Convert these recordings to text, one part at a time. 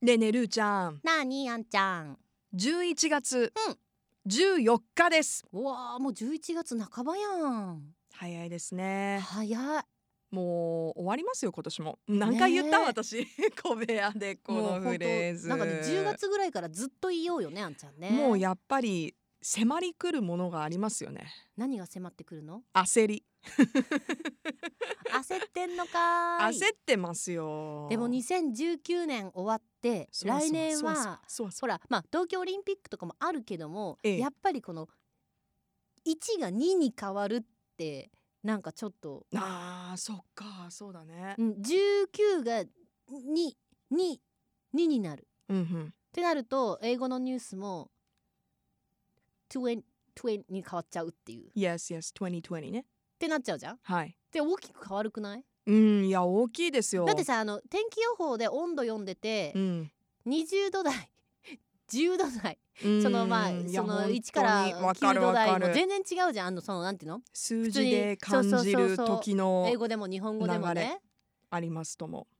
ねえねえるーちゃん、 なにあんちゃん。 11月14日です。 うわー、もう11月半ばやん。 早いですね。 早い。 もう終わりますよ今年も。何回言った、 ねえ私小部屋でこのフレーズ。 なんかね、10月ぐらいからずっと言おうよね、あんちゃんね。 もうやっぱり迫り来るものがありますよね。 何が迫ってくるの？ 焦り焦ってんのかーい。 焦ってますよ。 でも2019年終わってそうそう来年はそうほら、まあ東京オリンピックとかもあるけども、 ええやっぱりこの1が2に変わるってなんかちょっと、 そっか、そうだね。 19が2になるうんうん。 ってなると、英語のニュースも20に変わっちゃうっていう Yes, yes, 2020ね。 ってなっちゃうじゃん。 はい。 で大きく変わるくない？ いや大きいですよ。 だってさ、天気予報で温度読んでて、20度台10度台、そのまあその1から9度台も全然違うじゃん。そのなんていうの、 数字で感じる時の英語でも日本語でもねありますとも。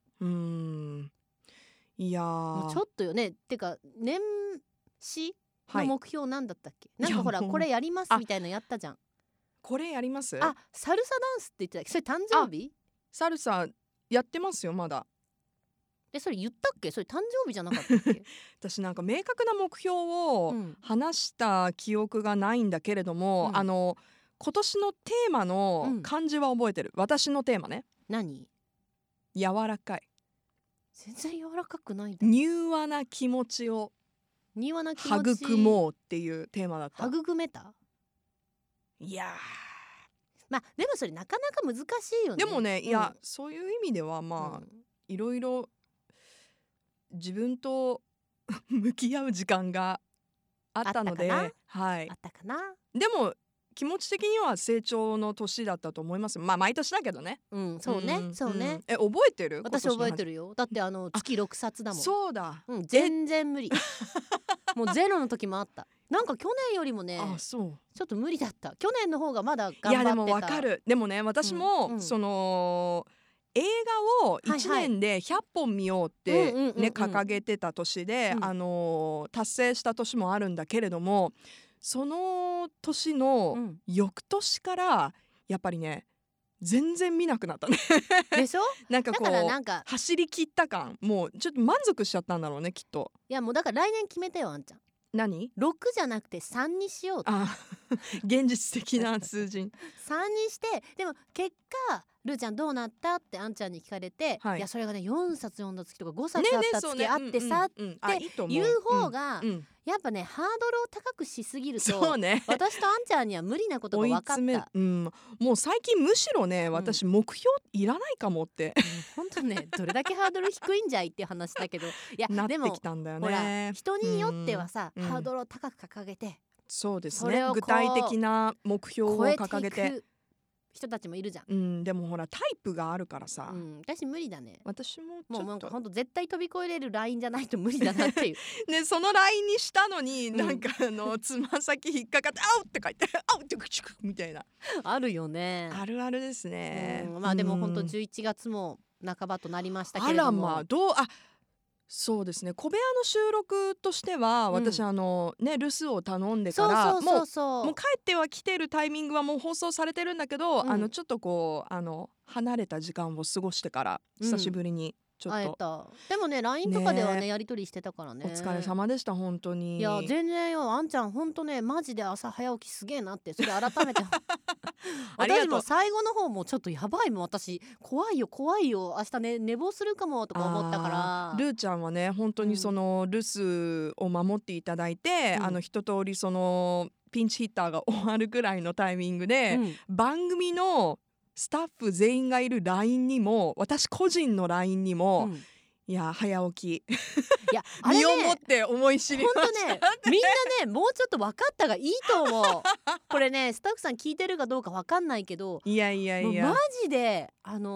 いやもうちょっとよね。ってか年始の目標なんだったっけ？ はい、 なんかほらこれやりますみたいなのやったじゃん。 これやります？ あ、サルサダンスって言ってたっけ？それ誕生日？ サルサやってますよまだ。 それ言ったっけ？それ誕生日じゃなかったっけ？ 私なんか明確な目標を話した記憶がないんだけれども、今年のテーマの漢字は覚えてる。私のテーマね。 何？ 柔らかい。 全然柔らかくないんだ。 柔和な気持ちを育もうっていうテーマだった。 育めた？いやまあでもそれなかなか難しいよね。 でもね、いやそういう意味ではまあ、いろいろ自分と向き合う時間があったので、はい、 あったかな。 でも気持ち的には成長の年だったと思います。まあ毎年だけどね。 そうね、そうね。 覚えてる？ 私覚えてるよ。だって月6冊だもん。 そうだ。 全然無理。もうゼロの時もあった。なんか去年よりもね、ちょっと無理だった。去年の方がまだ頑張ってた。 いやでもわかる。でもね、私もその映画を1年で100本見ようってね掲げてた年で、達成した年もあるんだけれども、その年の翌年からやっぱりね全然見なくなったねでしょ？ なんかこう走り切った感、もうちょっと満足しちゃったんだろうねきっと。 いやもうだから来年決めてよあんちゃん。 何 6じゃなくて3にしようって。 現実的な数字 3にして、でも結果ルーちゃんどうなったってあんちゃんに聞かれて、いやそれがね4冊読んだ月とか5冊あった月あってさっていう方がやっぱねハードルを高くしすぎると、私とあんちゃんには無理なことが分かった。 もう最近むしろね私目標いらないかもって本当ね、どれだけハードル低いんじゃいっていう話だけど、いやでもほら人によってはさハードルを高く掲げて、 そうですね、具体的な目標を掲げて人たちもいるじゃん。 でもほらタイプがあるからさ、 私無理だね。 私ももうなんかほんと絶対飛び越えれるラインじゃないと無理だなっていうね、そのラインにしたのに、なんかつま先引っかかって「あう!」って書いて「あう!」ってみたいなあるよね。 あるあるですね。 まあでもほんと11月も半ばとなりましたけれども、 あらまあそうですね、小部屋の収録としては私ね留守を頼んでからもう帰っては来てるタイミングはもう放送されてるんだけど、ちょっとこう離れた時間を過ごしてから久しぶりにちょっとでもね LINE とかではねやり取りしてたからね。 お疲れ様でした本当に。 いや全然よ、あんちゃん本当ねマジで朝早起きすげえなって、それ改めて私も最後の方もちょっとやばいもん、私怖いよ明日ね寝坊するかもとか思ったから。 ルーちゃんはね本当にその留守を守っていただいて、一通りそのピンチヒッターが終わるぐらいのタイミングで、番組のスタッフ全員がいる LINE にも私個人の LINE にも、いや早起きいや身をもって思い知りました。 本当ねみんなねもうちょっと分かったがいいと思うこれねスタッフさん聞いてるかどうか分かんないけど、 いやマジで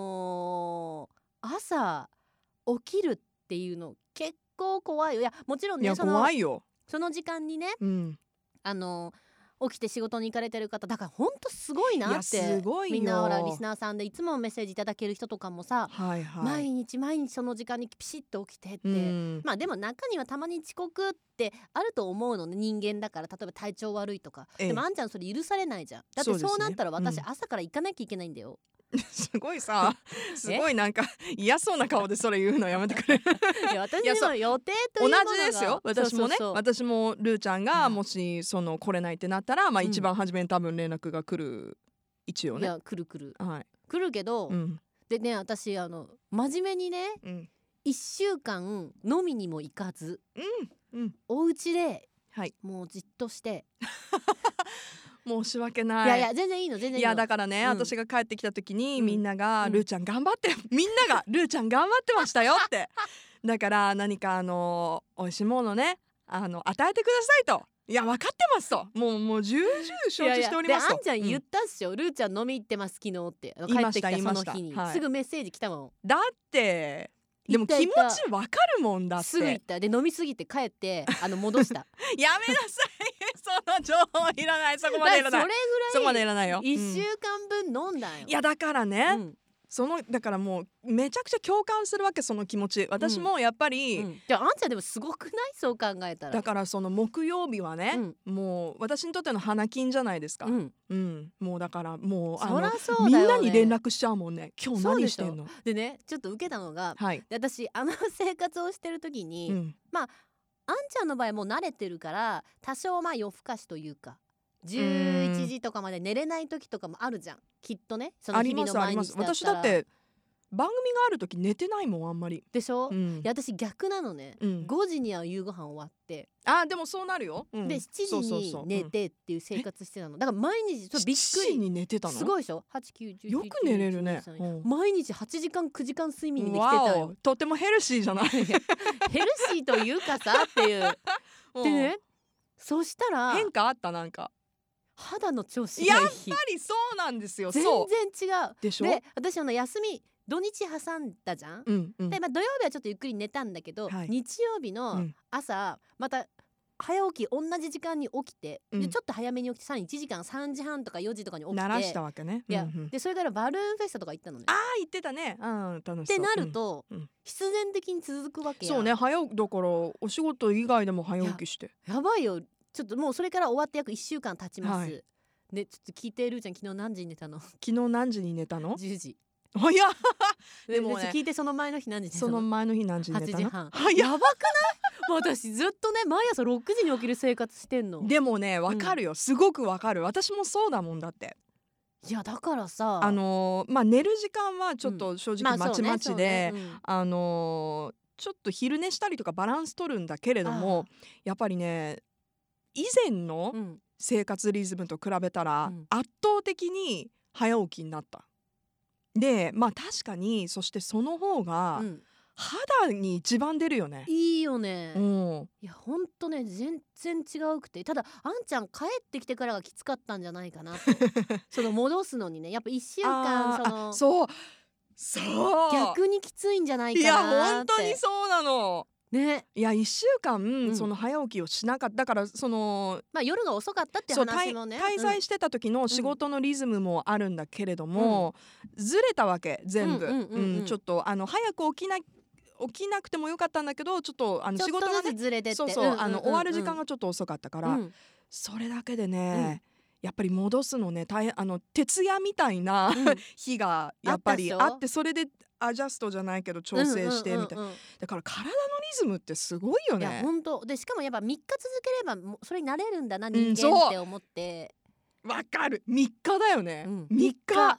朝起きるっていうの結構怖いよ。いやもちろんね怖いよ。 その時間にね、 起きて仕事に行かれてる方だから本当すごいなって。 すごいよ。 みんなほらリスナーさんでいつもメッセージいただける人とかもさ、 はいはい、 毎日その時間にピシッと起きてって、まあでも中にはたまに遅刻ってあると思うのね、人間だから。例えば体調悪いとか、でもあんちゃんそれ許されないじゃん。だってそうなったら私朝から行かなきゃいけないんだよ。 すごいさ、すごいなんか嫌そうな顔でそれ言うのやめてくれ。いや私でも予定というものが同じですよ。私もね、私もルーちゃんがもし来れないってなったら、まあ一番初めに多分連絡が来る、一応ね。いや来る、 はい、 来るけど、でね私真面目にね、1週間飲みにも行かず、お家でもうじっとして申し訳ない。 いや全然いいの全然いいの。 いやだからね、私が帰ってきた時にみんなが、ルーちゃん頑張ってみんながルーちゃん頑張ってましたよってだから何か美味しいものね与えてくださいと。いや分かってますと、もう重々承知しておりますと。 であんちゃん言ったっしょ、ルーちゃん飲み行ってます昨日って帰ってきたその日に、すぐメッセージ来たもん。 だってでも気持ちわかるもんだって。 すぐ行った。で飲みすぎて帰って戻したやめなさいその情報いらない。そこまでいらない。そこまでいらないよ。 1週間分飲んだよ。 いやだからね、だからもうめちゃくちゃ共感するわけ、その気持ち。私もやっぱり、 じゃああんちゃんでもすごくない？そう考えたら。 だからその木曜日はね、もう私にとっての花金じゃないですか。もうだからもうそらそうだよね、 みんなに連絡しちゃうもんね。今日何してんの？ でねちょっと受けたのが、私生活をしてる時に、まああんちゃんの場合もう慣れてるから多少夜更かしというか11時とかまで寝れない時とかもあるじゃんきっとね。その日々の毎日だったら。 私だって番組がある時寝てないもんあんまり。 でしょ、いや私逆なのね、5時には夕ご飯終わって、 でもそうなるよ、 で7時に寝てっていう生活してたの。だから毎日びっくり。 7時に寝てたの？ すごいでしょ。8、9、10、 よく寝れるね。 毎日8時間9時間睡眠できてたよ。 とてもヘルシーじゃない？ ヘルシーというかさっていう。でね、そしたら変化あった？なんか肌の調子がいい。 やっぱりそうなんですよ。 全然違うでしょ。 で私休み土日挟んだじゃん、で、土曜日はちょっとゆっくり寝たんだけど、日曜日の朝、また早起き同じ時間に起きて、でちょっと早めに起きてさらに1時間3時半とか4時とかに起きて鳴らしたわけね。 でそれからバルーンフェスタとか行ったのね。 行ってたね。楽しそうってなると、必然的に続くわけや。 そうね、だからお仕事以外でも早起きして。 やばいよ。ちょっともうそれから終わって約1週間経ちます、ね。ちょっと聞いてるじゃん、昨日何時に寝たの？昨日何時に寝たの？10 時。 早っでもね、 聞いてその前の日何時に寝たの？ その前の日何時に寝たの？8 時半。やばくない？もう私ずっとね毎朝6時に起きる生活してんの。 でもねわかるよ、すごくわかる。私もそうだもんだって。 いやだからさ寝る時間はちょっと正直まちまちで、ちょっと昼寝したりとかバランス取るんだけれども、やっぱりね以前の生活リズムと比べたら圧倒的に早起きになった。で確かにそしてその方が肌に一番出るよね。 いいよね。いやほんとね全然違うくて、ただあんちゃん帰ってきてからがきつかったんじゃないかなとその戻すのにねやっぱ1週間そう逆にきついんじゃないかなって。 いや本当にそうなのね。 いや1週間その早起きをしなかった。だから夜が遅かったって話もね、 滞在してた時の仕事のリズムもあるんだけれども、ずれたわけ全部。ちょっと早く起きなくてもよかったんだけど、ちょっと仕事がねずれてって終わる時間がちょっと遅かったから、それだけでね、やっぱり戻すのね徹夜みたいな日がやっぱりあって、それでアジャストじゃないけど調整してみたいな。だから体のリズムってすごいよね。 いや本当で、しかもやっぱ3日続ければそれになれるんだな人間って思って。 わかる。3日だよね。3日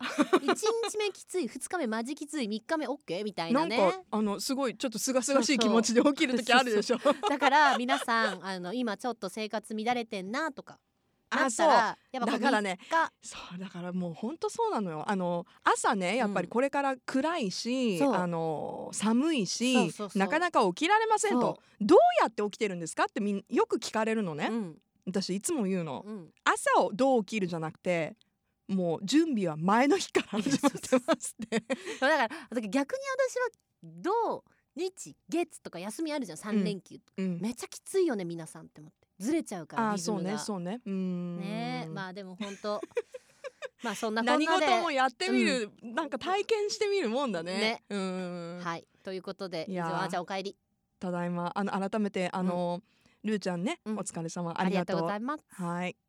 1日目きつい、2日目マジきつい、3日目 OK みたいなね。 なんかすごいちょっとすがすがしい気持ちで起きる時あるでしょ。 だから皆さん今ちょっと生活乱れてんなとかなったら、やっぱだからね、そうだからもう本当そうなのよ。朝ねやっぱりこれから暗いし、寒いし、なかなか起きられませんと。どうやって起きてるんですかってよく聞かれるのね。私いつも言うの、朝をどう起きるじゃなくて、もう準備は前の日から始まってますってだから逆に私は土日月とか休みあるじゃん、3連休、めっちゃきついよね皆さんって思って。 ずれちゃうからリズムが。 そうねね。まあでも本当まあそんなこんなで何事もやってみる、なんか体験してみるもんだね。 はい、ということで以上、あーちゃんお帰り。 ただいま。改めてルーちゃんね、お疲れ様、ありがとうございます。 はい。